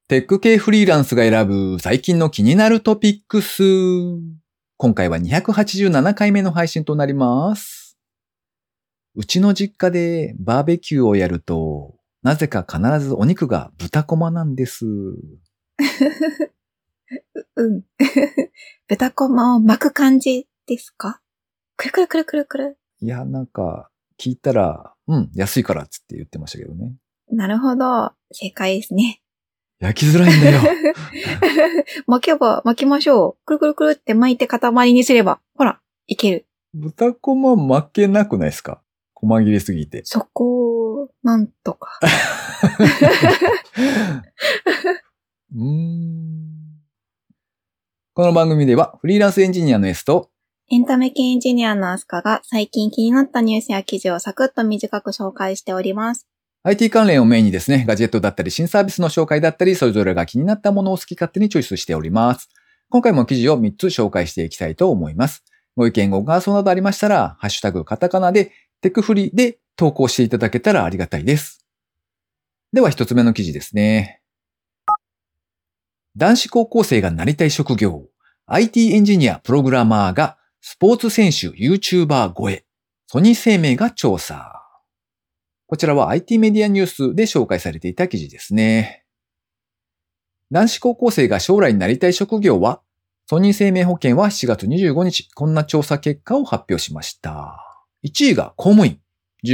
テック系フリーランスが選ぶ最近の気になるトピックス。今回は287回目の配信となります。うちの実家でバーベキューをやると、なぜか必ずお肉が豚こまなんです。 うん。豚こまを巻く感じですか？くるくるくるくるくる。 いや、なんか、聞いたら、安いからっつって言ってましたけどね。 なるほど。正解ですね。 焼きづらいんだよ。 巻きましょう。くるくるくるって巻いて塊にすれば、ほら、いける。 豚こま負けなくないですか？細切れすぎて。 そこ、なんとか。 この番組ではフリーランスエンジニアの S とエンタメ系エンジニアのアスカが最近気になったニュースや記事をサクッと短く紹介しております。 IT 関連をメインにですね、ガジェットだったり新サービスの紹介だったり、それぞれが気になったものを好き勝手にチョイスしております。今回も記事を3つ紹介していきたいと思います。ご意見ご感想などありましたら、ハッシュタグカタカナでテクフリで投稿していただけたらありがたいです。では1つ目の記事ですね。男子高校生がなりたい職業、IT エンジニアプログラマーがスポーツ選手 YouTuber 超え、ソニー生命が調査。こちらは IT メディアニュースで紹介されていた記事ですね。男子高校生が将来になりたい職業は、ソニー生命保険は7月25日、こんな調査結果を発表しました。1位が公務員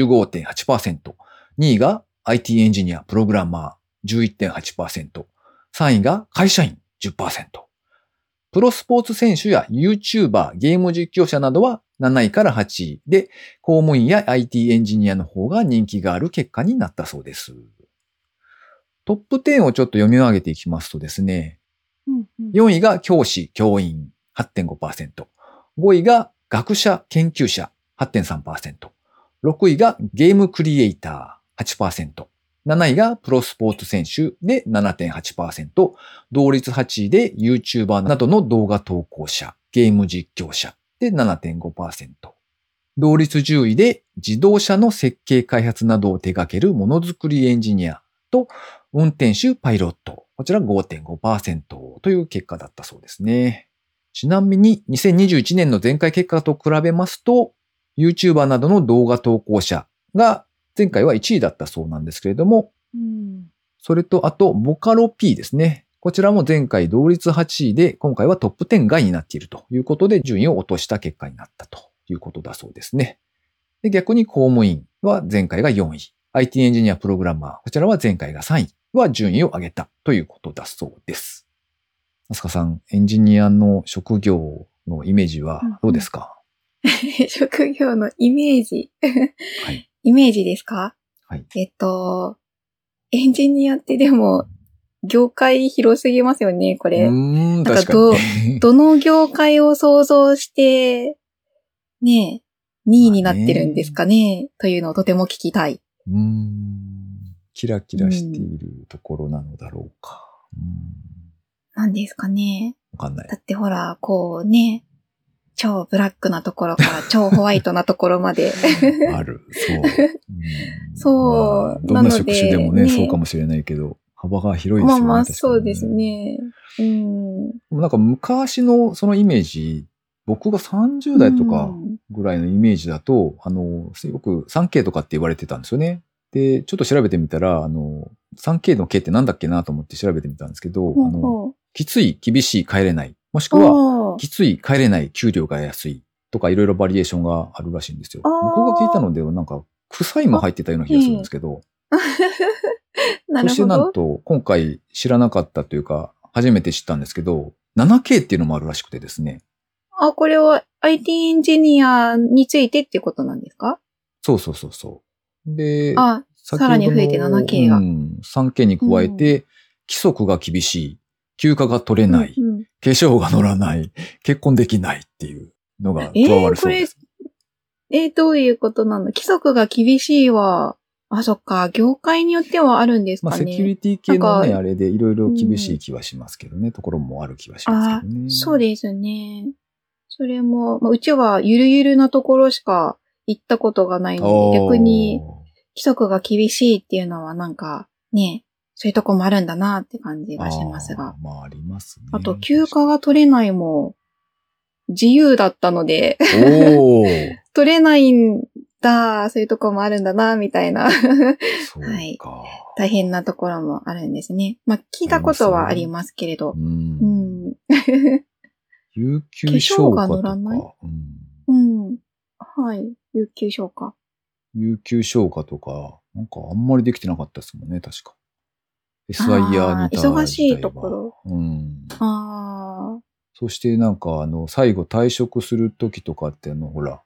15.8%、2位が IT エンジニアプログラマー 11.8%、3位が会社員 10%。プロスポーツ選手や YouTuber、ゲーム実況者などは7位から8位で、公務員や IT エンジニアの方が人気がある結果になったそうです。トップ10をちょっと読み上げていきますとですね、4位が教師、教員 8.5%、5位が学者、研究者 8.3%、6位がゲームクリエイター 8%、7位がプロスポーツ選手で 7.8%、同率8位で YouTuber などの動画投稿者、ゲーム実況者で 7.5%、同率10位で自動車の設計開発などを手掛けるものづくりエンジニアと運転手パイロット、こちら 5.5% という結果だったそうですね。ちなみに2021年の前回結果と比べますと、YouTuber などの動画投稿者が前回は1位だったそうなんですけれども、それとあとボカロ P ですね。こちらも前回同率8位で今回はトップ10外になっているということで順位を落とした結果になったということだそうですね。で、逆に公務員は前回が4位。IT エンジニアプログラマー、こちらは前回が3位は順位を上げたということだそうです。あすかさん、エンジニアの職業のイメージはどうですか？ 職業のイメージ。 はい。 イメージですか？ はい。 エンジニアってでも、業界広すぎますよね、これ。 確かに。 どの業界を想像して、ねえ、2位になってるんですかね、というのをとても聞きたい。 キラキラしているところなのだろうか。 なんですかね。 わかんない。 だってほら、こうね、超ブラックなところから超ホワイトなところまで。 ある。そう。 そう。 どんな職種でもね、 なのでそうかもしれないけど、幅が広いですよね。 まあそうですね。 なんか昔のそのイメージ、僕が30代とかぐらいのイメージだと、よく 3K とかって言われてたんですよね。で、ちょっと調べてみたら、3K の K ってなんだっけなと思って調べてみたんですけど、きつい、厳しい、帰れない。もしくは、きつい、帰れない、給料が安いとかいろいろバリエーションがあるらしいんですよ。僕が聞いたのではなんか、臭いも入ってたような気がするんですけど。そしてなんと、今回知らなかったというか、初めて知ったんですけど、7K っていうのもあるらしくてですね。 これは IT エンジニアについてっていうことなんですか？ そう。で、 さらに増えて 7K が。 3K に加えて、規則が厳しい、休暇が取れない、化粧が乗らない、結婚できないっていうのが加わるそうです。 どういうことなの？規則が厳しいは、そっか、業界によってはあるんですかね。 セキュリティ系のね、あれでいろいろ厳しい気はしますけどね、ところもある気はしますけどね。 そうですね。それも、うちはゆるゆるなところしか行ったことがないので、逆に規則が厳しいっていうのはなんかね、 そういうとこもあるんだなって感じがしますが。 まあありますね。 あと、休暇が取れないも自由だったので、 おー。 取れないんだ、そういうとこもあるんだな、みたいな。 そうか。 はい。大変なところもあるんですね。まあ、聞いたことはありますけれど。うん。 有給消化とか。 化乗らない？うん。はい。有給消化。 有給消化とか、なんかあんまりできてなかったですもんね、確か。SIR に忙しいところ。 そしてなんか最後退職するときとかってほら。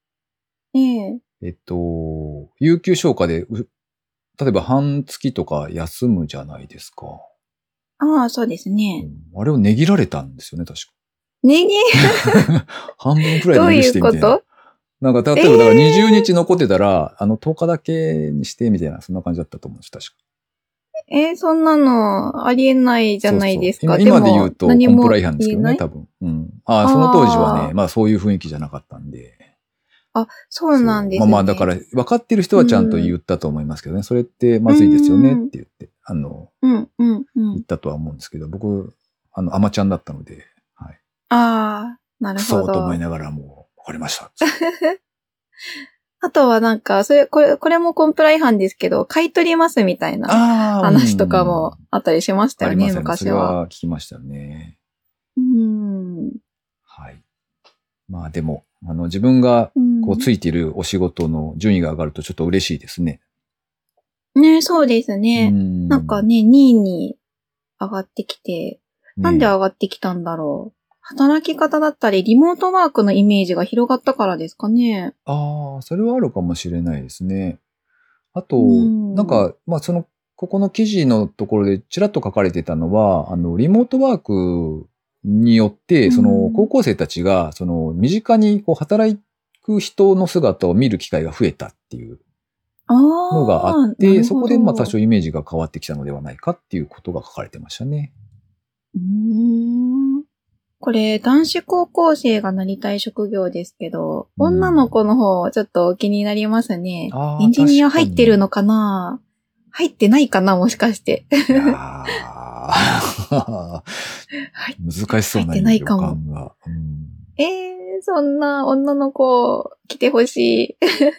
有給消化で、例えば半月とか休むじゃないですか。 そうですね。 あれを値切られたんですよね、確か。 値切半分くらいで許してみたいな。 どういうこと？ なんか、例えばだから20日残ってたら、10日だけにしてみたいな、そんな感じだったと思うんです、確か。 そんなのありえないじゃないですか。 そう今で言うとコンプラ違反ですけどね、多分。その当時はね、まあそういう雰囲気じゃなかったんで。 そうなんですね。 まあだから分かってる人はちゃんと言ったと思いますけどね、それってまずいですよねって言って、言ったとは思うんですけど、僕、アマちゃんだったので、はい。 なるほど。 そうと思いながらもう、分かりました。 あとはなんか、これもコンプラ違反ですけど、買い取りますみたいな話とかもあったりしましたよね、昔は。 それは聞きましたよね。はい。まあでも、自分がこうついているお仕事の順位が上がるとちょっと嬉しいですね。 ね、そうですね。なんかね、2位に上がってきて、なんで上がってきたんだろう。働き方だったり、リモートワークのイメージが広がったからですかね。 それはあるかもしれないですね。あと、なんか、まあここの記事のところでちらっと書かれてたのは、リモートワークによって、高校生たちが、身近にこう働く人の姿を見る機会が増えたっていうのがあって、そこでまあ多少イメージが変わってきたのではないかっていうことが書かれてましたね。 これ、男子高校生がなりたい職業ですけど、女の子の方、ちょっと気になりますね。エンジニア入ってるのかな？入ってないかな、もしかして。 難しそうな予感が。 そんな女の子来てほし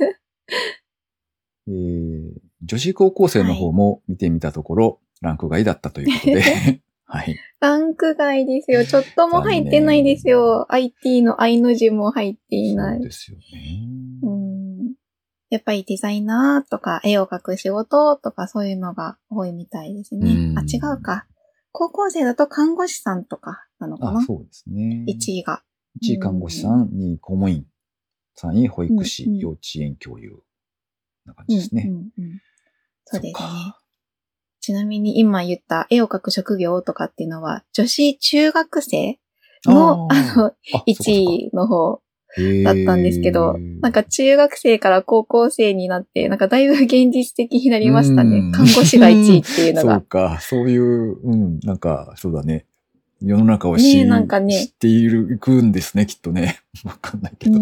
い。 女子高校生の方も見てみたところ、ランク外だったということで。はい。 ランク外ですよ。ちょっとも入ってないですよ。IT の I の字も入っていない。 そうですよね。 やっぱりデザイナーとか絵を描く仕事とかそういうのが多いみたいですね。違うか。高校生だと看護師さんとかなのかな。 そうですね。 1位が。 1位看護師さん、2位公務員、3位保育士、幼稚園教諭。な感じですね。 そうですね。ちなみに今言った絵を描く職業とかっていうのは女子中学生の1位の方だったんですけど、なんか中学生から高校生になって、なんかだいぶ現実的になりましたね。看護師が1位っていうのが。 そうか、そういう、なんかそうだね。世の中を知っていくんですね、きっとね。わかんないけど。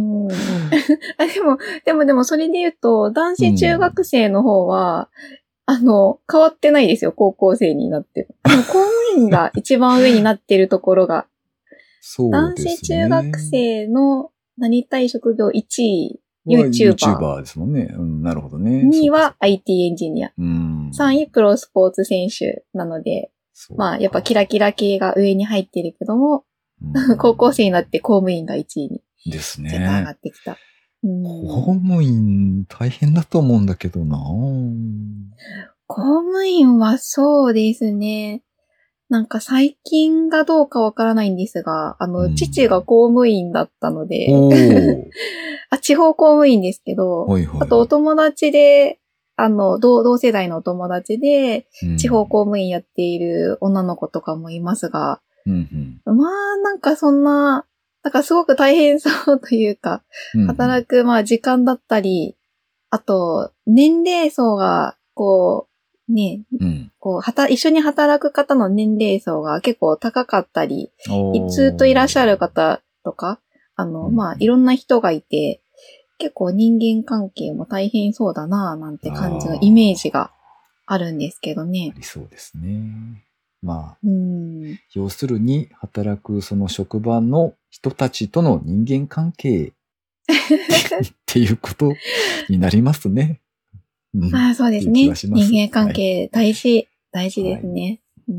でもそれで言うと、男子中学生の方は、変わってないですよ、高校生になってる。公務員が一番上になってるところが。 そうですね。 男子中学生のなりたい職業1位、YouTuber。 YouTuber ですもんね。なるほどね。 2位は IT エンジニア。3位プロスポーツ選手なので、まあやっぱキラキラ系が上に入ってるけども、高校生になって公務員が1位に。 ですね。 ちょっと上がってきた。 公務員大変だと思うんだけどな。 公務員はそうですね。なんか最近がどうかわからないんですが、父が公務員だったので、地方公務員ですけど、あとお友達で、同世代のお友達で、地方公務員やっている女の子とかもいますが、まあなんかそんな、なんかすごく大変そうというか、働くまあ時間だったり、あと年齢層がこうね、一緒に働く方の年齢層が結構高かったり、ずっといらっしゃる方とか、まあいろんな人がいて、結構人間関係も大変そうだなぁなんて感じのイメージがあるんですけどねあ。りそうですね。まあ、 うん。 要するに働くその職場の人たちとの人間関係っていうことになりますね。うん、 まあそうですね。 っていう気がします。 人間関係大事、大事はいですね。うん、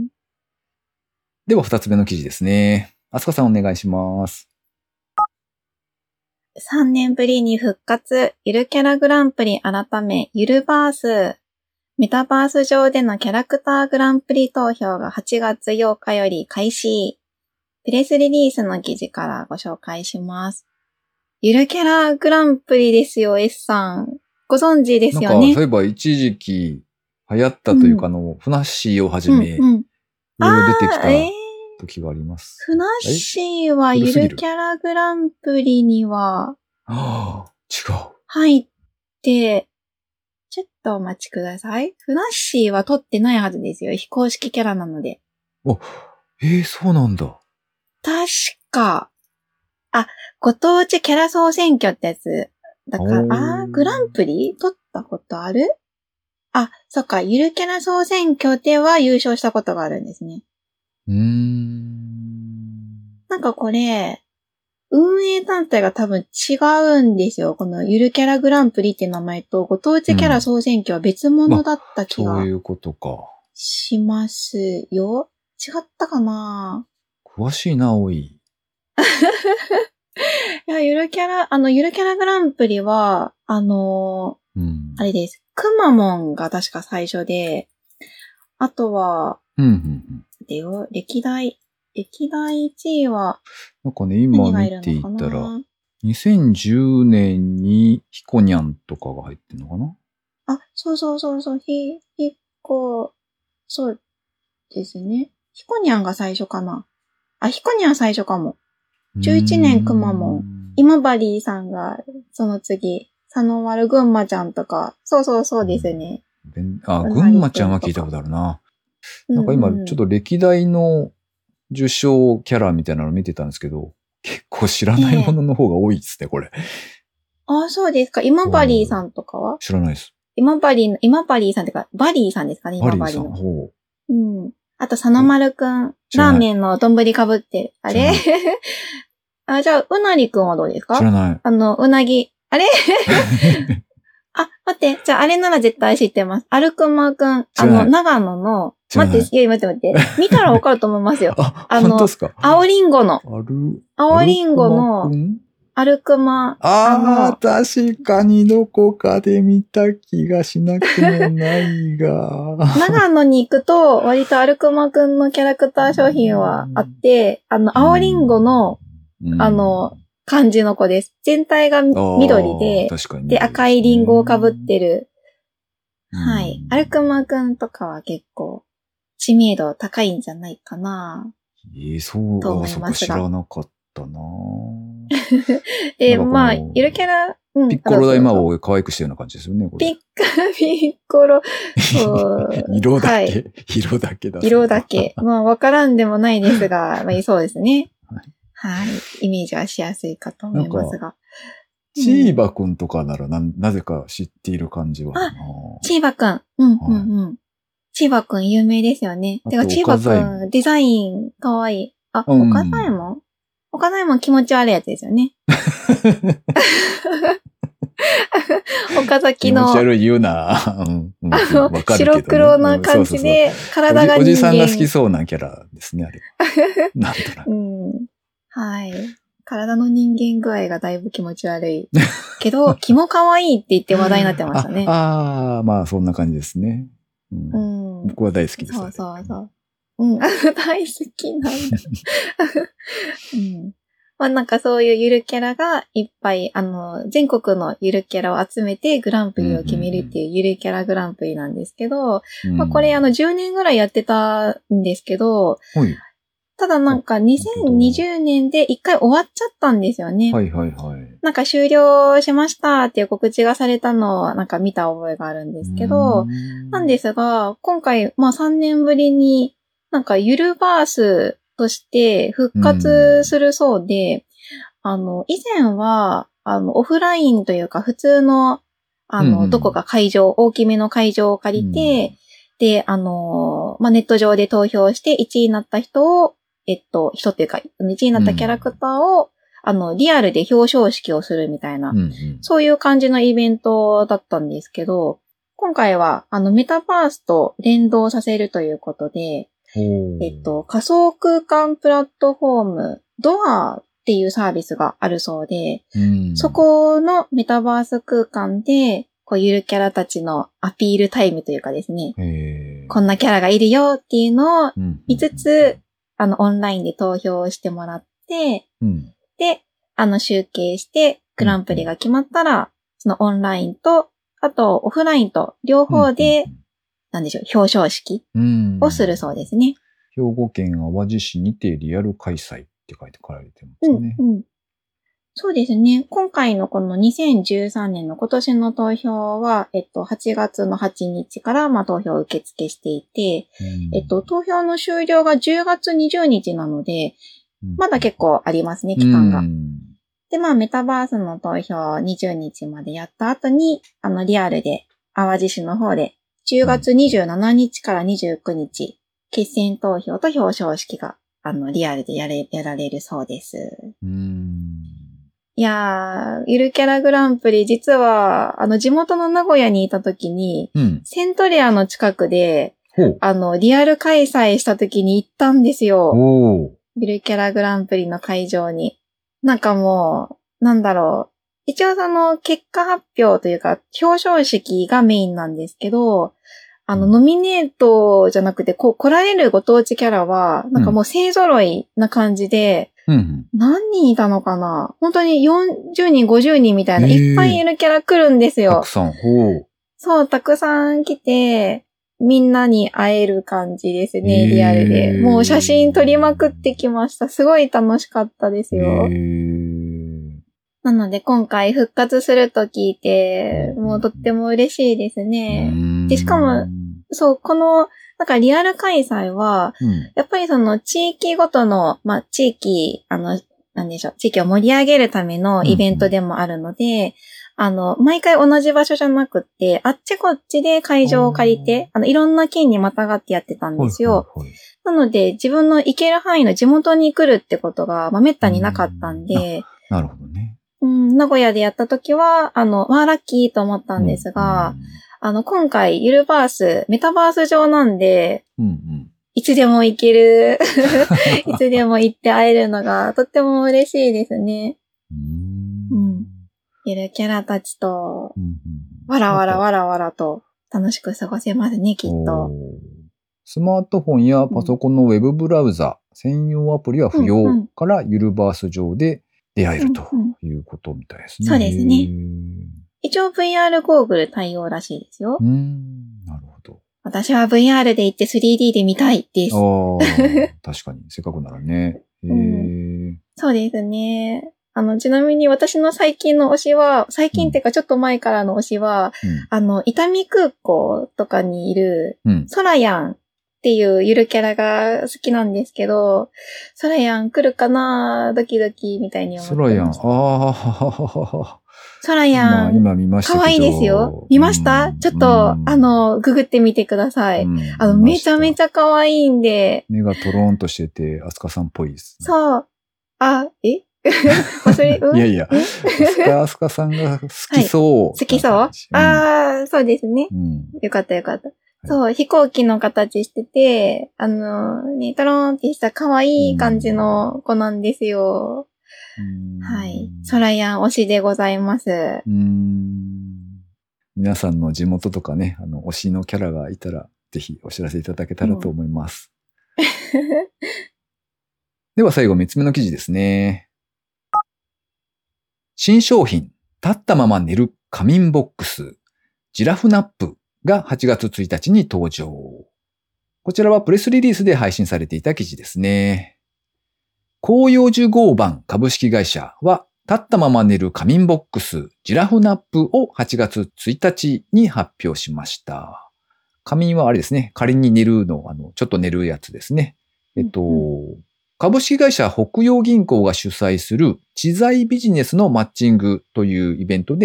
では二つ目の記事ですね。あすかさんお願いします。 3年ぶりに復活、ゆるキャラグランプリ改め、ゆるバース。メタバース上でのキャラクターグランプリ投票が8月8日より開始。プレスリリースの記事からご紹介します。ゆるキャラグランプリですよ、S さん。ご存知ですよなんか、 ね。 そういえば一時期流行ったというか、ふなっしーをはじめ、いろいろ出てきた時があります。 ふなっしーはゆるキャラグランプリには、 違う。 入って、ちょっとお待ちください。ふなっしーは取ってないはずですよ。非公式キャラなので。 そうなんだ。 確か、ご当地キャラ総選挙ってやつ。だから、グランプリ取ったことある？そっか、ゆるキャラ総選挙では優勝したことがあるんですね。なんかこれ、運営団体が多分違うんですよ。このゆるキャラグランプリって名前とご当地キャラ総選挙は別物だった気がそういうことか。 しますよ。違ったかな？ 詳しいな、おい。 いや、ゆるキャラグランプリは、あれです。くまモンが確か最初で、あとは、でよ、歴代1位は、 なんかね、今見ていたら、2010年にヒコニャンとかが入ってんのかな？ そう、そうですね。ヒコニャンが最初かな。ヒコニャン最初かも。11年くまモン。今治さんが、その次、佐野丸ぐんまちゃんとか、そうですね。 ぐんまちゃんは聞いたことあるな。なんか今、ちょっと歴代の受賞キャラみたいなの見てたんですけど、結構知らないものの方が多いですね、これ。 そうですか。今治さんとかは？ 知らないです。 今治さんってか、バリーさんですかね、今治の。 バリーさん。 あと、佐野丸くん。ラーメンの丼被ってる。あれじゃあ、うなりくんはどうですか？ 知らない。 うなぎ。あれ待って。じゃあ、あれなら絶対知ってます。アルクマくん。長野の、待って。見たらわかると思いますよ。 本当ですか？ 青リンゴの。青リンゴの、アルクマ。 確かにどこかで見た気がしなくもないが。 長野に行くと、割とアルクマくんのキャラクター商品はあって、青リンゴの、感じの子です。全体が緑で、で、赤いリンゴを被ってる。はい。アルクマくんとかは結構、知名度高いんじゃないかな。 そうか、知らなかったな。 で、ゆるキャラ、 ピッコロ大魔王を可愛くしたような感じですよね、これ。 ピッコロ、 色だけ、色だけだ。 色だけ。わからんでもないですが、そうですね。はい。イメージはしやすいかと思いますが。 チーバくんとかならなぜか知っている感じはあるな。 チーバくん。チーバくん有名ですよね。てか、チーバくんデザインかわいい。岡左衛門？岡左衛門気持ち悪いやつですよね。岡崎の。 気持ち悪い言うな。 白黒な感じで、体が人間。 おじさんが好きそうなキャラですね、あれ。なんとなく。 はい。体の人間具合がだいぶ気持ち悪い。けど、気も可愛いって言って話題になってましたね。 そんな感じですね。僕は大好きです。 そう。大好きなんだ。なんかそういうゆるキャラがいっぱい、全国のゆるキャラを集めてグランプリを決めるっていうゆるキャラグランプリなんですけど、これ10年ぐらいやってたんですけど、ただなんか2020年で一回終わっちゃったんですよね。なんか終了しましたっていう告知がされたのをなんか見た覚えがあるんですけど、なんですが、今回3年ぶりになんかゆるバースとして復活するそうで、以前は、オフラインというか普通のどこか大きめの会場を借りて、で、ネット上で投票して1位になった人を、人っていうか、1位になったキャラクターを、リアルで表彰式をするみたいな、そういう感じのイベントだったんですけど、今回は、メタバースと連動させるということで、仮想空間プラットフォーム、ドアっていうサービスがあるそうで、そこのメタバース空間で、ゆるキャラたちのアピールタイムというかですね、こんなキャラがいるよっていうのを見つつ、オンラインで投票してもらって、で、集計して、グランプリが決まったら、そのオンラインと、あとオフラインと両方で、なんでしょう、表彰式をするそうですね。 兵庫県淡路市にてリアル開催って書いてられてますね。 そうですね。今回のこの2013年の今年の投票は、8月の8日から、投票受付していて、投票の終了が10月20日なので、まだ結構ありますね、期間が。で、メタバースの投票20日までやった後に、リアルで、淡路市の方で、10月27日から29日、決選投票と表彰式が、リアルでやられるそうです。いやー、ゆるキャラグランプリ、実は、地元の名古屋にいた時に、セントレアの近くで、リアル開催した時に行ったんですよ。ゆるキャラグランプリの会場に。なんかもう、なんだろう。一応その結果発表というか、表彰式がメインなんですけど、ノミネートじゃなくて、来られるご当地キャラは、なんかもう勢揃いな感じで、何人いたのかな？本当に40人、50人みたいな、いっぱいいるキャラ来るんですよ。 たくさん。 そう、たくさん来て、みんなに会える感じですね、リアルで。もう写真撮りまくってきました。すごい楽しかったですよ。なので今回復活すると聞いて、もうとっても嬉しいですね。で、しかも、そう、なんかリアル開催は、やっぱりその地域ごとの、地域、なんでしょう、地域を盛り上げるためのイベントでもあるので、毎回同じ場所じゃなくって、あっちこっちで会場を借りて、いろんな県にまたがってやってたんですよ。なので、自分の行ける範囲の地元に来るってことが、めったになかったんで、 なるほどね。 名古屋でやった時は、ラッキーと思ったんですが、今回、メタバース上なんで、いつでも行ける、いつでも行って会えるのが、とっても嬉しいですね。ゆるキャラたちと、わらわらと楽しく過ごせますね、きっと。 スマートフォンやパソコンのウェブブラウザ、専用アプリは不要からユルバース上で出会えるということみたいですね。 そうですね。一応 VR ゴーグル対応らしいですよ。 なるほど。 私は VR で行って 3D で見たいです。 確かに、せっかくならね。 そうですね。ちなみに私の最近の推しは、最近っていうかちょっと前からの推しは、伊丹空港とかにいる、ソラヤンっていうゆるキャラが好きなんですけど、ソラヤン来るかなドキドキみたいに思ってました。 ソラヤン、 ソラヤン。 今見ましたけど。 可愛いですよ。見ました？ちょっと、ググってみてください。めちゃめちゃ可愛いんで。 目がトローンとしてて、アスカさんっぽいです、 ね。そう。 いやいや、アスカさんが好きそう。 好きそう？そうですね。よかったよかった。そう、飛行機の形してて、トローンってした可愛い感じの子なんですよ。はい。ソラヤン推しでございます。 皆さんの地元とかね、推しのキャラがいたら、ぜひお知らせいただけたらと思います。では最後3つ目の記事ですね。新商品、立ったまま寝る仮眠ボックス、ジラフナップが8月1日に登場。こちらはプレスリリースで配信されていた記事ですね。広葉樹合板株式会社は、立ったまま寝る仮眠ボックス、ジラフナップを8月1日に発表しました。仮眠はあれですね、仮に寝るの、ちょっと寝るやつですね。株式会社北洋銀行が主催する知財ビジネスのマッチングというイベントで、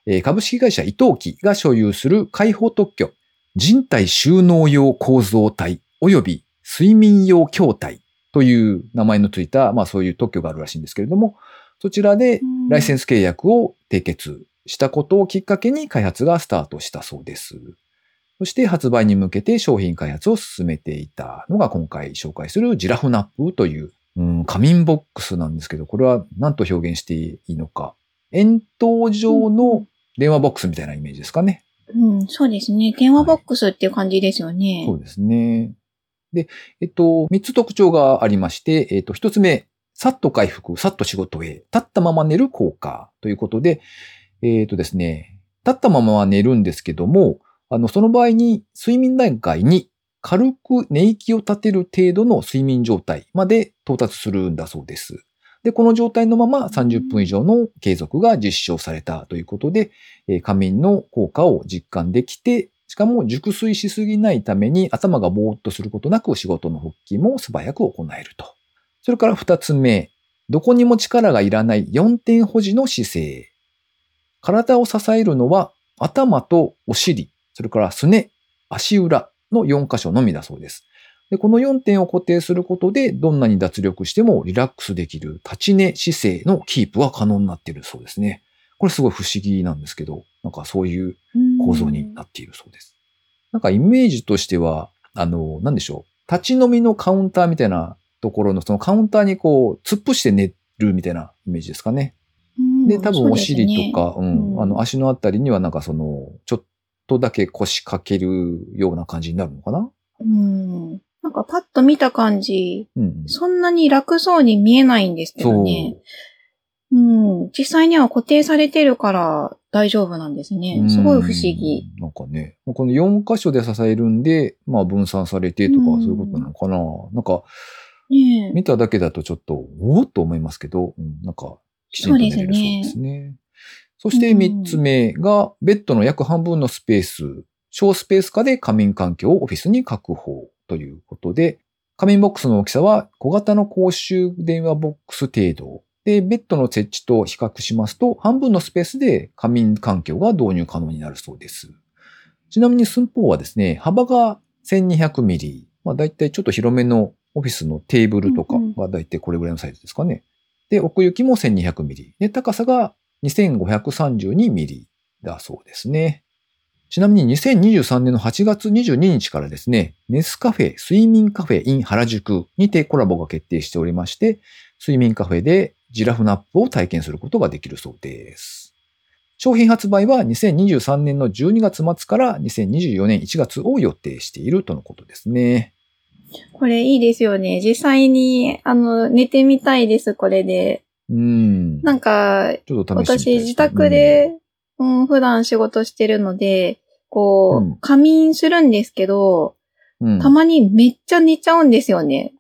株式会社伊藤機が所有する開放特許、人体収納用構造体及び睡眠用筐体という名前のついた、そういう特許があるらしいんですけれども、そちらでライセンス契約を締結したことをきっかけに開発がスタートしたそうです。そして発売に向けて商品開発を進めていたのが今回紹介するジラフナップという、仮眠ボックスなんですけど、これは何と表現していいのか。円筒状の電話ボックスみたいなイメージですかね。 そうですね。電話ボックスっていう感じですよね。 そうですね。で、3つ特徴がありまして、1つ目、さっと回復、さっと仕事へ、立ったまま寝る効果ということで、ですね、立ったまま寝るんですけども、その場合に睡眠段階に軽く寝息を立てる程度の睡眠状態まで到達するんだそうです。で、この状態のまま30分以上の継続が実証されたということで、仮眠の効果を実感できて、しかも熟睡しすぎないために頭がぼーっとすることなく仕事の復帰も素早く行えると。それから2つ目、どこにも力がいらない4点保持の姿勢。体を支えるのは頭とお尻、それからすね、足裏の4箇所のみだそうです。で、この4点を固定することで、どんなに脱力してもリラックスできる立ち寝姿勢のキープは可能になっているそうですね。これすごい不思議なんですけど、なんかそういう構造になっているそうです。なんかイメージとしては、なんでしょう。立ち飲みのカウンターみたいなところのそのカウンターにこう、突っ伏して寝るみたいなイメージですかね。で、多分お尻とか、足のあたりにはなんかちょっとだけ腰掛けるような感じになるのかな？ なんかパッと見た感じ、そんなに楽そうに見えないんですけどね。実際には固定されてるから大丈夫なんですね。すごい不思議。 なんかね、この4箇所で支えるんで、分散されてとかそういうことなのかな。なんか、見ただけだとちょっと、おーっと思いますけど、なんか、きちんと寝れるそうですね。そして3つ目が、ベッドの約半分のスペース、小スペース化で仮眠環境をオフィスに確保ということで、仮眠ボックスの大きさは小型の公衆電話ボックス程度。で、ベッドの設置と比較しますと、半分のスペースで仮眠環境が導入可能になるそうです。ちなみに寸法はですね、幅が1200ミリ。だいたいちょっと広めのオフィスのテーブルとかがだいたいこれぐらいのサイズですかね。で、奥行きも1200ミリ。で、高さが2532ミリだそうですね。ちなみに2023年の8月22日からですね、ネスカフェ睡眠カフェ in 原宿にてコラボが決定しておりまして、睡眠カフェでジラフナップを体験することができるそうです。商品発売は2023年の12月末から2024年1月を予定しているとのことですね。 これいいですよね。実際に、寝てみたいです、これで。なんか、 ちょっと試してみたいです。 私自宅で、普段仕事してるので、仮眠するんですけど、たまにめっちゃ寝ちゃうんですよね。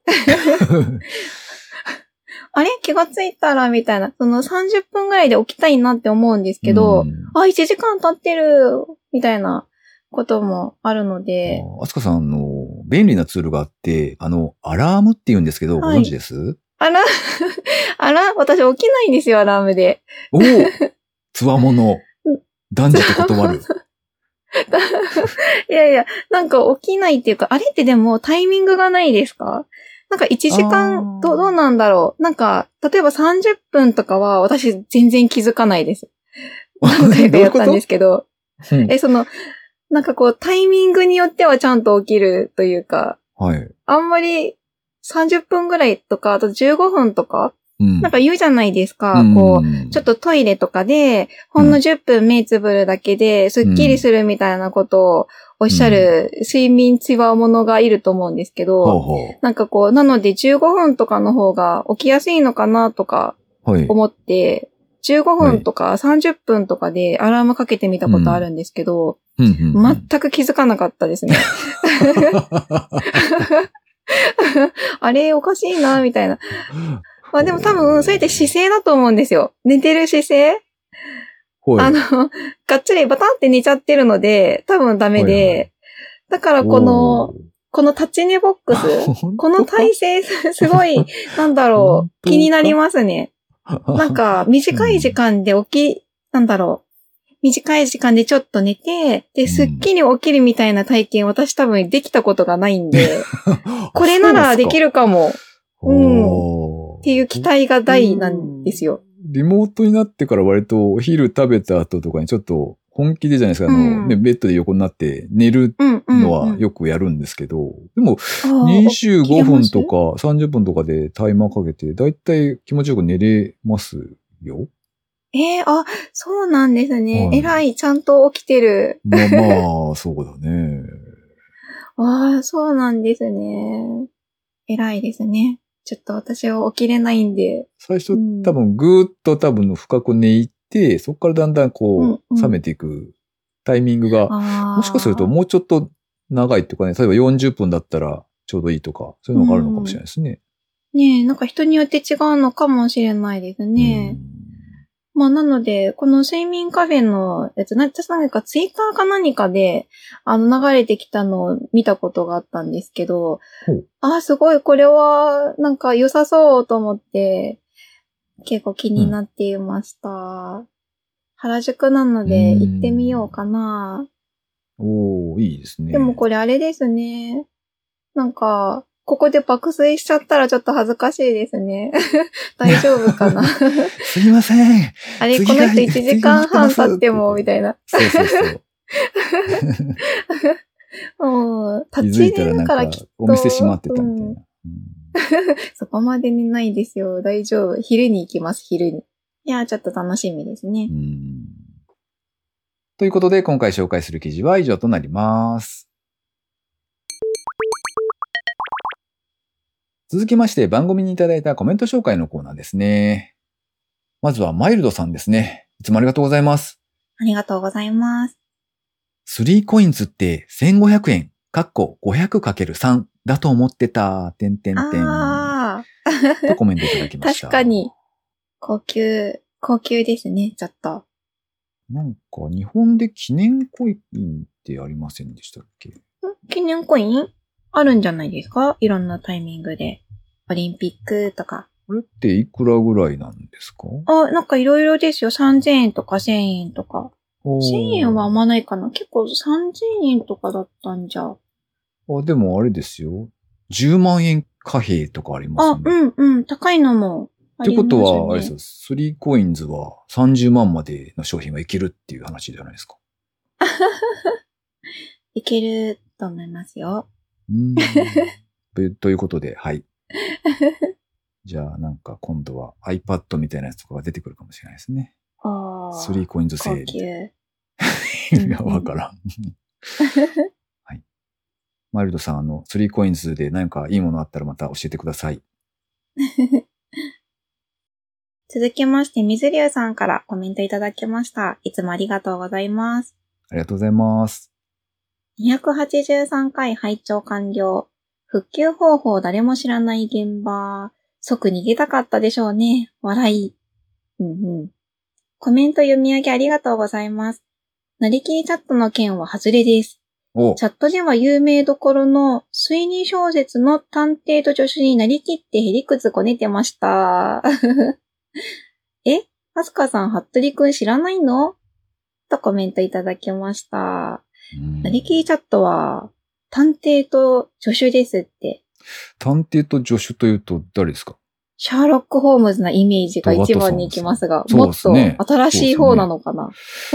あれ気がついたらみたいな。その30分ぐらいで起きたいなって思うんですけど、1時間経ってるみたいなこともあるので。 あすかさん便利なツールがあって、アラームって言うんですけど、ご存知です？ 私起きないんですよ、アラームで。 おぉつわもの。断じて断る。 いやいや、なんか起きないっていうか、あれってでもタイミングがないですか？なんか1時間、どうなんだろう。なんか、例えば30分とかは私全然気づかないです。何回かやったんですけど。なんかタイミングによってはちゃんと起きるというか、あんまり30分ぐらいとか、あと15分とか、なんか言うじゃないですか。ちょっとトイレとかで、ほんの10分目つぶるだけで、スッキリするみたいなことをおっしゃる睡眠つわものがいると思うんですけど、なんかなので15分とかの方が起きやすいのかなとか思って、15分とか30分とかでアラームかけてみたことあるんですけど、全く気づかなかったですね。あれおかしいな、みたいな。でも多分、それって姿勢だと思うんですよ。寝てる姿勢がっつりバタンって寝ちゃってるので、多分ダメで、だからこの立ち寝ボックス、この体勢、すごい、なんだろう、気になりますね。なんか、短い時間でなんだろう、 短い時間でちょっと寝て、で、すっきり起きるみたいな体験、私多分できたことがないんで、これならできるかも。っていう期待が大なんですよ。 リモートになってから割とお昼食べた後とかにちょっと本気でじゃないですか、ね、ベッドで横になって寝るのはよくやるんですけど、でも25分とか30分とかでタイマーかけて、だいたい気持ちよく寝れますよ。 そうなんですね。偉い、ちゃんと起きてる。 まあ、そうだね。 そうなんですね。偉いですね。ちょっと私は起きれないんで。 最初、多分ぐーっと深く寝入って、そこからだんだん冷めていくタイミングが、もしかするともうちょっと長いとかね、例えば40分だったらちょうどいいとか、そういうのがあるのかもしれないですね。 ねえ、なんか人によって違うのかもしれないですね。まあなので、この睡眠カフェのやつ、私なんかツイッターか何かで、流れてきたのを見たことがあったんですけど、すごいこれはなんか良さそうと思って、結構気になっていました。原宿なので行ってみようかな。 いいですね。 でもこれあれですね。なんか、ここで爆睡しちゃったらちょっと恥ずかしいですね。大丈夫かなすいません。 あれ、この人1時間半経っても、みたいな。 そう。 もう、 気づいたらなんか、お店閉まってたみたいな。 そこまで寝ないですよ。大丈夫。昼に行きます、昼に。いや、ちょっと楽しみですね。 ということで、今回紹介する記事は以上となります。続きまして、番組にいただいたコメント紹介のコーナーですね。まずは、マイルドさんですね。いつもありがとうございます。 ありがとうございます。 3コインズって1500円、500×3 だと思ってた、とコメントいただきました。 確かに。高級ですね、ちょっと。 なんか、日本で記念コインってありませんでしたっけ？ 記念コインあるんじゃないですか？いろんなタイミングで。オリンピックとか。 これっていくらぐらいなんですか？ なんかいろいろですよ。3000円とか1000円とか。1000円はあんまないかな。結構3000円とかだったんじゃ。 でもあれですよ。10万円貨幣とかありますね。 高いのもありますね。 ってことは、あれですよ。3コインズは30万までの商品はいけるっていう話じゃないですか。 いけると思いますよ。 ということで、はい。じゃあなんか今度は iPad みたいなやつとかが出てくるかもしれないですね。3コインズセール。 高級。 いや、わからん。はい。マイルドさん、3コインズで何かいいものあったらまた教えてください。 続きまして、水流さんからコメントいただきました。いつもありがとうございます。 ありがとうございます。 283回拝聴完了。復旧方法誰も知らない現場。即逃げたかったでしょうね。笑い。コメント読み上げありがとうございます。なりきりチャットの件は外れです。チャットでは有名どころの推理小説の探偵と助手になりきってへりくつこねてました。アスカさん、服部くん知らないの？とコメントいただきました。なりきりチャットは探偵と助手ですって。 探偵と助手というと誰ですか？ シャーロック・ホームズなイメージが一番に行きますが、もっと新しい方なのかな。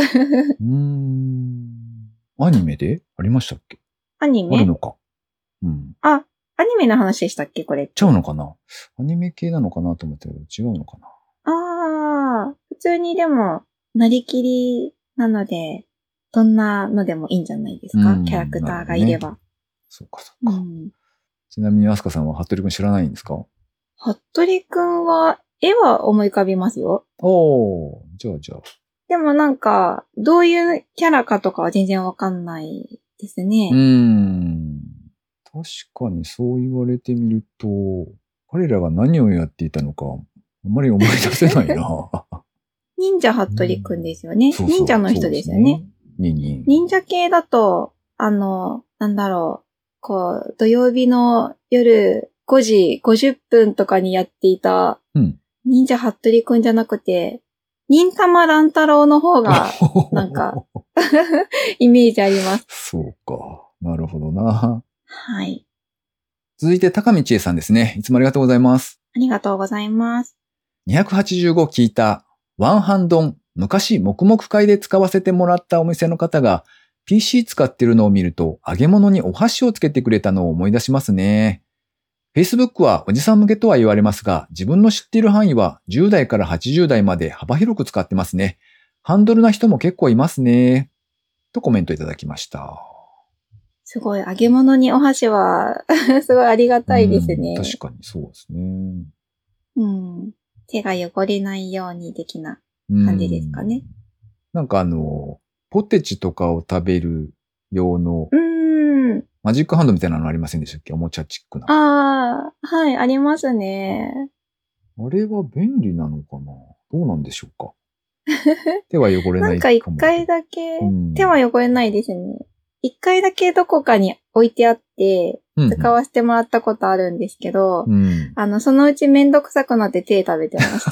アニメでありましたっけ？ アニメ？ あるのか。 アニメの話でしたっけこれ。 ちゃうのかな？アニメ系なのかなと思ったけど違うのかな？ 普通にでも、なりきりなので、どんなのでもいいんじゃないですか？キャラクターがいれば。 ね、そうか。ちなみにアスカさんは服部くん知らないんですか？ 服部くんは、絵は思い浮かびますよ。 じゃあ。 でもなんか、どういうキャラかとかは全然わかんないですね。 確かにそう言われてみると、彼らが何をやっていたのか、あんまり思い出せないな。 忍者服部くんですよね。忍者の人ですよね。忍者系だと、なんだろう、土曜日の夜5時50分とかにやっていた、忍者服部くんじゃなくて、 忍たま乱太郎の方が、なんか、イメージあります。 そうか。なるほどな。 はい。 続いて、高見千恵さんですね。いつもありがとうございます。 ありがとうございます。 285聞いた、ワンハン丼、昔、黙々会で使わせてもらったお店の方が、PC 使ってるのを見ると、揚げ物にお箸をつけてくれたのを思い出しますね。Facebook はおじさん向けとは言われますが、自分の知っている範囲は10代から80代まで幅広く使ってますね。ハンドルな人も結構いますね。とコメントいただきました。 すごい、揚げ物にお箸は、すごいありがたいですね。 確かにそうですね。 手が汚れないように的な感じですかね。 なんかポテチとかを食べる用の、マジックハンドみたいなのありませんでしたっけ？おもちゃチックな。 ああ、はい、ありますね。 あれは便利なのかな？どうなんでしょうか？手は汚れないかも。 なんか一回だけ、手は汚れないですね。一回だけどこかに置いてあって、使わせてもらったことあるんですけど、そのうちめんどくさくなって手食べてました。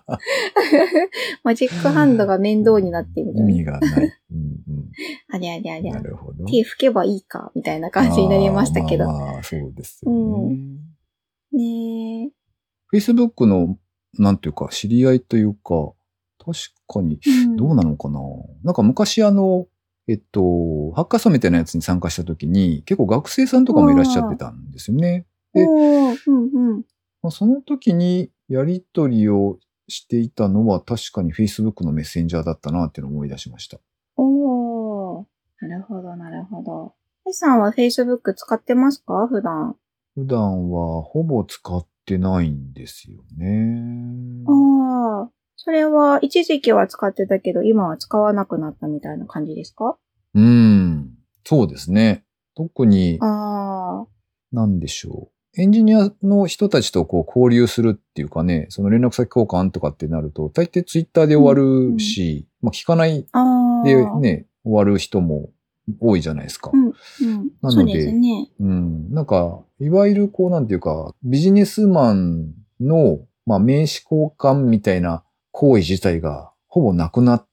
マジックハンドが面倒になってみたいな。 意味がない。 ありゃりゃりゃ。 なるほど。 手拭けばいいか、みたいな感じになりましたけど。 まあ、そうですよね。 ねえ。 Facebook の、なんていうか、知り合いというか、確かに、どうなのかな。なんか昔ハッカソンみたいなやつに参加した時に、結構学生さんとかもいらっしゃってたんですよね。で、その時にやりとりをしていたのは確かに Facebook のメッセンジャーだったなっていうのを思い出しました。 なるほど、なるほど。A さんは Facebook 使ってますか？普段。 普段はほぼ使ってないんですよね。 それは一時期は使ってたけど、今は使わなくなったみたいな感じですか？ そうですね。特に、なんでしょう。エンジニアの人たちとこう交流するっていうかね、その連絡先交換とかってなると、大抵ツイッターで終わるし、聞かないでね、終わる人も多いじゃないですか。なので、そうですね。なんか、いわゆるこうなんていうか、ビジネスマンの、名刺交換みたいな行為自体がほぼなくなって、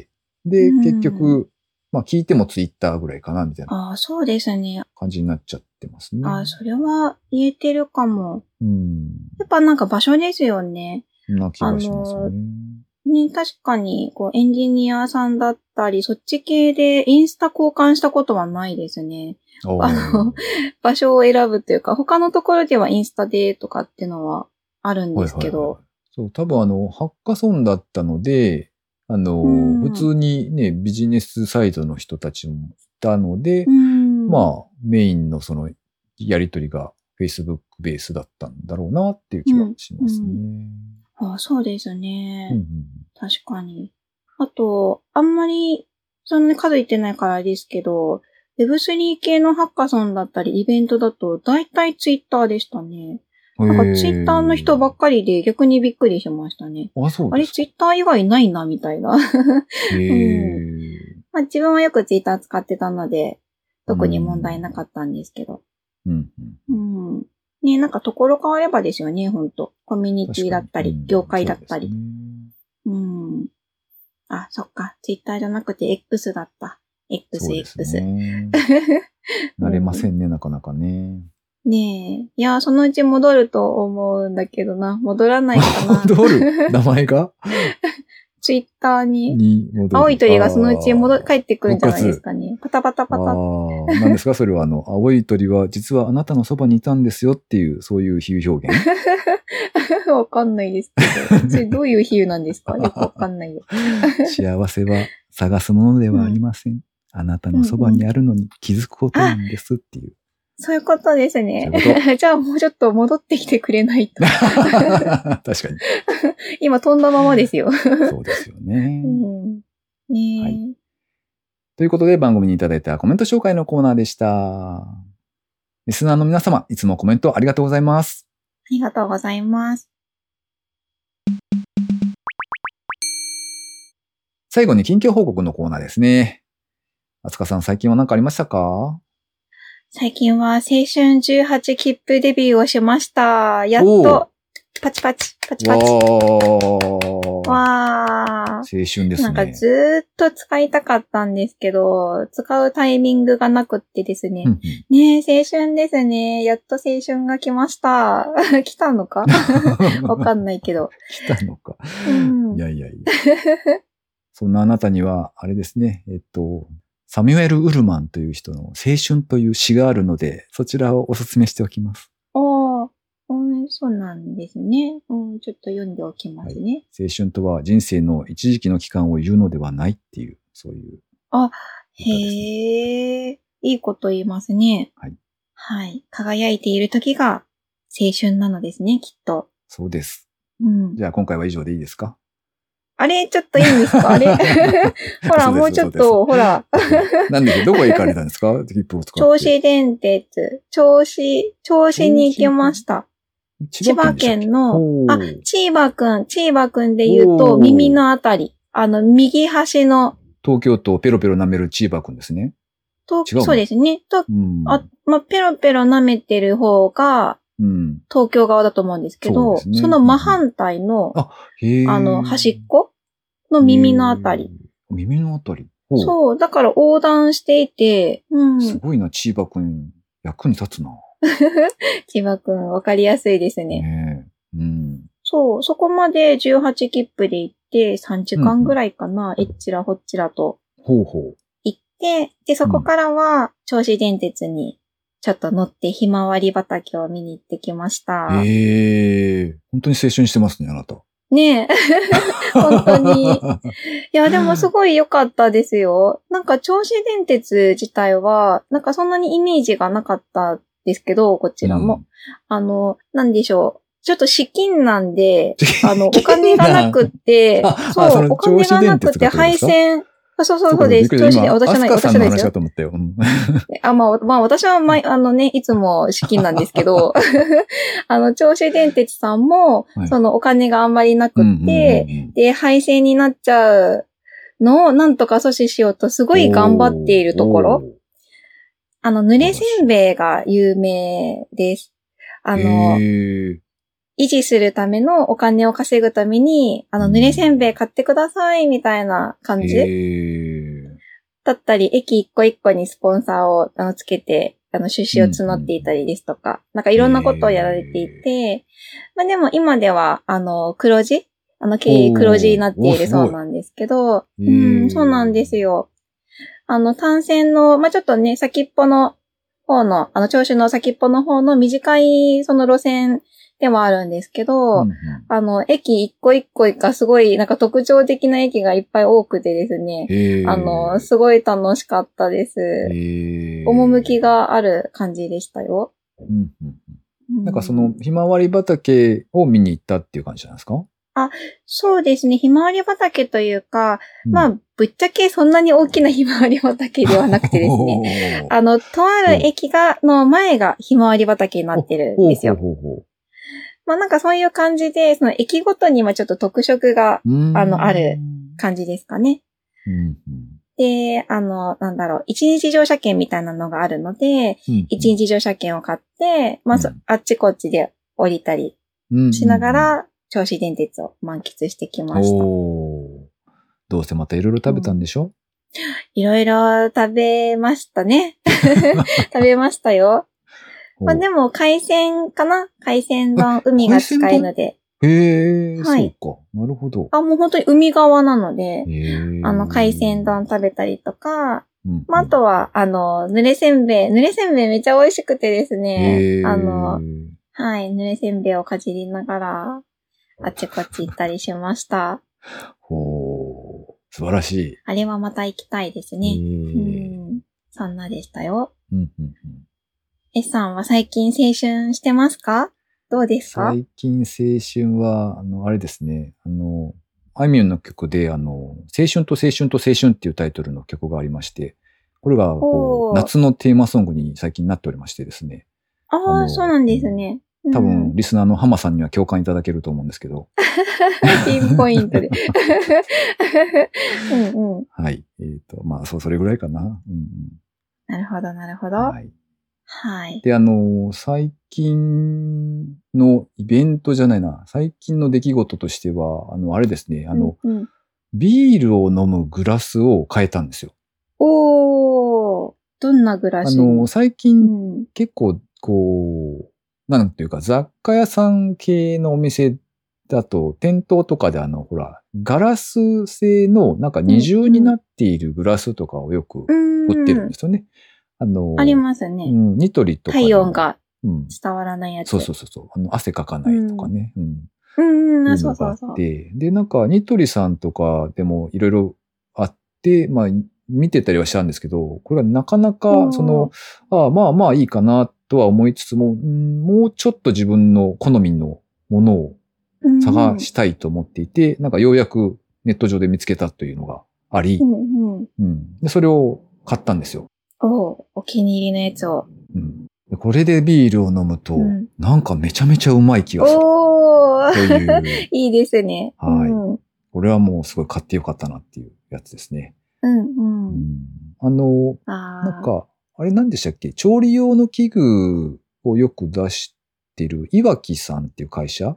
で、結局、聞いてもツイッターぐらいかな、みたいな。 そうですね。 感じになっちゃってますね。 それは言えてるかも。やっぱなんか場所ですよね。 な気がしますね。 確かに、エンジニアさんだったり、そっち系でインスタ交換したことはないですね。場所を選ぶというか、他のところではインスタでとかっていうのはあるんですけど。 そう、多分ハッカソンだったので、普通にね、ビジネスサイドの人たちもいたので、メインのそのやりとりが Facebook ベースだったんだろうなっていう気はしますね。 そうですね。確かに。あと、あんまり、そんなに数いってないからですけど、Web3 系のハッカソンだったりイベントだと、だいたいツイッターでしたね。なんかツイッターの人ばっかりで逆にびっくりしましたね。あれツイッター以外ないな、みたいな。自分はよくツイッター使ってたので、特に問題なかったんですけど。ね、なんかところ変わればですよね、ほんと。コミュニティだったり、業界だったり。そっか。ツイッターじゃなくて X だった。X。 慣れませんね、なかなかね。 ねえ。いや、そのうち戻ると思うんだけどな。戻らないかな。 戻る？名前がツイッターに。青い鳥がそのうち帰ってくるんじゃないですかね。パタパタパタ。 何ですかそれは青い鳥は実はあなたのそばにいたんですよっていう、そういう比喩表現わかんないですけど。それどういう比喩なんですか？よくわかんないよ。 幸せは探すものではありません。あなたのそばにあるのに気づくことなんですっていう。 そういうことですね。じゃあもうちょっと戻ってきてくれないと。 確かに。 今飛んだままですよ。 そうですよね。 はい。 ということで番組にいただいたコメント紹介のコーナーでした。リスナーの皆様、いつもコメントありがとうございます。 ありがとうございます。 最後に近況報告のコーナーですね。あつかさん、最近は何かありましたか？ 最近は青春18切符デビューをしました。やっと、パチパチ、パチパチ。 わー。 青春ですね。 なんかずーっと使いたかったんですけど、使うタイミングがなくってですね。 うんうん、 ねえ、青春ですね。やっと青春が来ました。来たのかわかんないけど。 来たのか。 うん、 いやいやいや。そんなあなたには、あれですね、サミュエル・ウルマンという人の青春という詩があるので、そちらをお勧めしておきます。 ああ、そうなんですね。ちょっと読んでおきますね。 はい、青春とは人生の一時期の期間を言うのではないっていう、そういう、ね。 へえ、いいこと言いますね。 はい。 はい。輝いている時が青春なのですね、きっと。 そうです。 うん。 じゃあ今回は以上でいいですか？ あれちょっといいんですか？あれほら、もうちょっと、ほら。 なんで、どこへ行かれたんですか？切符を使って。 銚子電鉄。銚子に行きました。千葉県の、千葉くんで言うと、耳のあたり。右端の。 東京都をペロペロ舐める千葉くんですね。 そうですね。ペロペロ舐めてる方が、東京側だと思うんですけど、その真反対の、端っこの耳のあたり。 耳のあたり。 そう、だから横断していて、 すごいな、千葉くん。役に立つな。 千葉くん、わかりやすいですね。そう、そこまで18切符で行って、3時間ぐらいかな、えっちらほっちらと。行って、で、そこからは、銚子電鉄に、ちょっと乗ってひまわり畑を見に行ってきました。 本当に青春してますね、あなた。 ねえ。本当に。いや、でもすごい良かったですよ。なんか、銚子電鉄自体は、なんかそんなにイメージがなかったですけど、こちらも。なんでしょう。ちょっと資金なんで、お金がなくって、そう、お金がなくて配線、そうです。 銚子で、私はないですよ。 私はいつも資金なんですけど、銚子電鉄さんも、そのお金があんまりなくって、で、廃線になっちゃうのをなんとか阻止しようとすごい頑張っているところ。濡れせんべいが有名です。維持するためのお金を稼ぐために、濡れせんべい買ってくださいみたいな感じだったり、駅一個一個にスポンサーをつけて、出資を募っていたりですとか、なんかいろんなことをやられていて、まあでも今では、黒字経営黒字になっているそうなんですけど、そうなんですよ。単線の、まあちょっとね、先っぽの方の、銚子の先っぽの方の短いその路線でもあるんですけど、駅一個一個がすごいなんか特徴的な駅がいっぱい多くてですね、すごい楽しかったです。趣がある感じでしたよ。 なんかそのひまわり畑を見に行ったっていう感じなんですか？ そうですね。ひまわり畑というか、まあ、ぶっちゃけそんなに大きなひまわり畑ではなくてですね、とある駅の前がひまわり畑になってるんですよ。まあなんかそういう感じで、その駅ごとにはちょっと特色が、ある感じですかね。で、一日乗車券みたいなのがあるので、一日乗車券を買って、まあ、あっちこっちで降りたりしながら、銚子電鉄を満喫してきました。 どうせまたいろいろ食べたんでしょ？ いろいろ食べましたね。食べましたよ。まあでも海鮮かな？海鮮丼、海が近いので。 そうか。なるほど。 もう本当に海側なので、海鮮丼食べたりとか、まああとは、濡れせんべいめっちゃ美味しくてですね、はい、濡れせんべいをかじりながら、あっちこっち行ったりしました。 素晴らしい。 あれはまた行きたいですね。そんなでしたよ。S さんは最近青春してますか？どうですか？ 最近青春は、あれですね、あいみょんの曲で、青春と青春と青春っていうタイトルの曲がありまして、これが夏のテーマソングに最近なっておりましてですね。 そうなんですね。 多分、リスナーのハマさんには共感いただけると思うんですけど。 ピンポイントで。 はい。まあ、それぐらいかな。 なるほど、なるほど。 はい。 はい。 で、最近のイベントじゃないな、最近の出来事としては、あれですね、 うん、 ビールを飲むグラスを変えたんですよ。 おー、どんなグラスに？ 最う近ん。 結構、こう、なんていうか、雑貨屋さん系のお店だと、店頭とかでほら、ガラス製のなんか二重になっているグラスとかをよく売ってるんうん。 ですよね。 ありますね。 ニトリとかでも、 体温がうん、 伝わらないやそうつ。 そうそうそう、汗かかないとかうん。 ね、うん、っうん、あ、そうていうのがあっそうそう。 て、で、なんか、ニトリさんとかでもいろいろあって、まあ、見てたりはしたんですけど、これがなかなか、 おー。 まあまあいいかなとは思いつつも、もうちょっと自分の好みのものをうんうん。 探したいと思っていて、なんかようやくネット上で見つけたというのがあり、 うんうん。 でそれを買ったんですよ。 お気に入りのやつを。 でこれでビールを飲むと、 うん。 なんかめちゃめちゃうまい気がするおー。 という、 いいですね。うはい。 ん。うんこれはもうすごい買ってよかったなっていうやつですね。 うん。 なんあか、あれ何でしたっけ？調理用の器具をよく出してる岩木さんっていう会社ー。うん。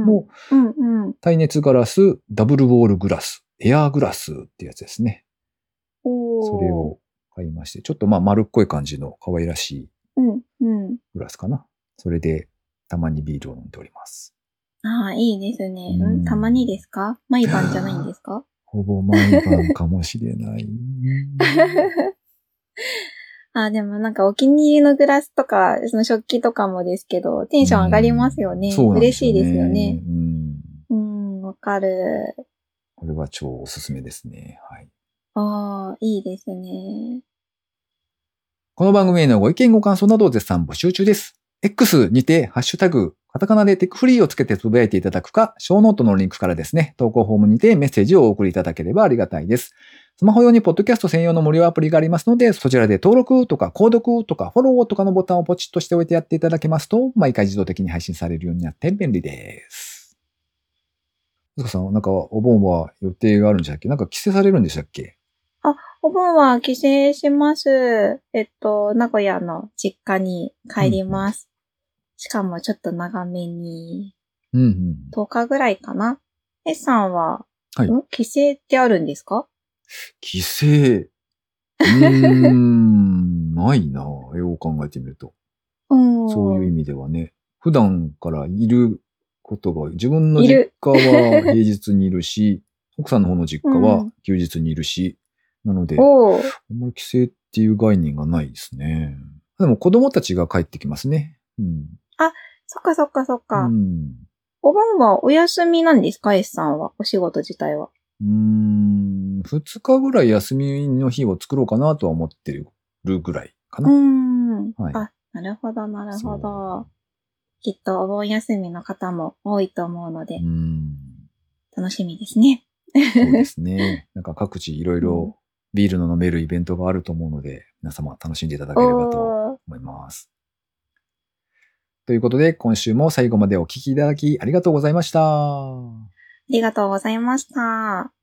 のうんうん。 耐熱ガラスダブルウォールグラス、エアーグラスってやつですね。それおー。 を買いまして、ちょっとまあ丸っこい感じの可愛らしいうんうん。 グラスかな。それでたまにビールを飲んでおります。 ああ、いいですね。たまにうん。 ですか？毎晩じゃないんですか？ ほぼ毎晩かもしれない。 あ、でもなんかお気に入りのグラスとか、その食器とかもですけど、テンション上がりますよね。 そうなんですよ嬉しいですよね。 ね。 わかる。 これは超おすすめですね。はい。 ああ、いいですね。 この番組へのご意見ご感想などを絶賛募集中です。X にて、ハッシュタグ、カタカナでテックフリーをつけてつぶやいていただくか、ショーノートのリンクからですね、投稿フォームにてメッセージをお送りいただければありがたいです。スマホ用にポッドキャスト専用の無料アプリがありますので、そちらで登録とか購読とかフォローとかのボタンをポチッとしておいてやっていただけますと、毎回自動的に配信されるようになって便利です。うずかさん、なんかお盆は予定があるんでしたっけ？なんか帰省されるんでしたっけ？ あ、お盆は帰省します。名古屋の実家に帰ります。しかもちょっと長めに、10日ぐらいかな。S さんは、 はい。 帰省ってあるんですか？ 帰省。ないなぁ。よう考えてみると。そういう意味ではね。普段からいることが、自分の実家は平日にいるし、奥さんの方の実家は休日にいるし、なので、あんまり帰省っていう概念がないですね。でも子供たちが帰ってきますね。 あ、そっかそっかそっか。お盆はお休みなんですか？ S さんは。お仕事自体は。 2日ぐらい休みの日を作ろうかなとは思ってるぐらいかな。 はい。あ、なるほど、なるほど。きっとお盆休みの方も多いと思うので、楽しみですね。 そうですね。なんか各地いろいろビールの飲めるイベントがあると思うので、皆様楽しんでいただければと思います。ということで、今週も最後までお聞きいただきありがとうございました。 ありがとうございました。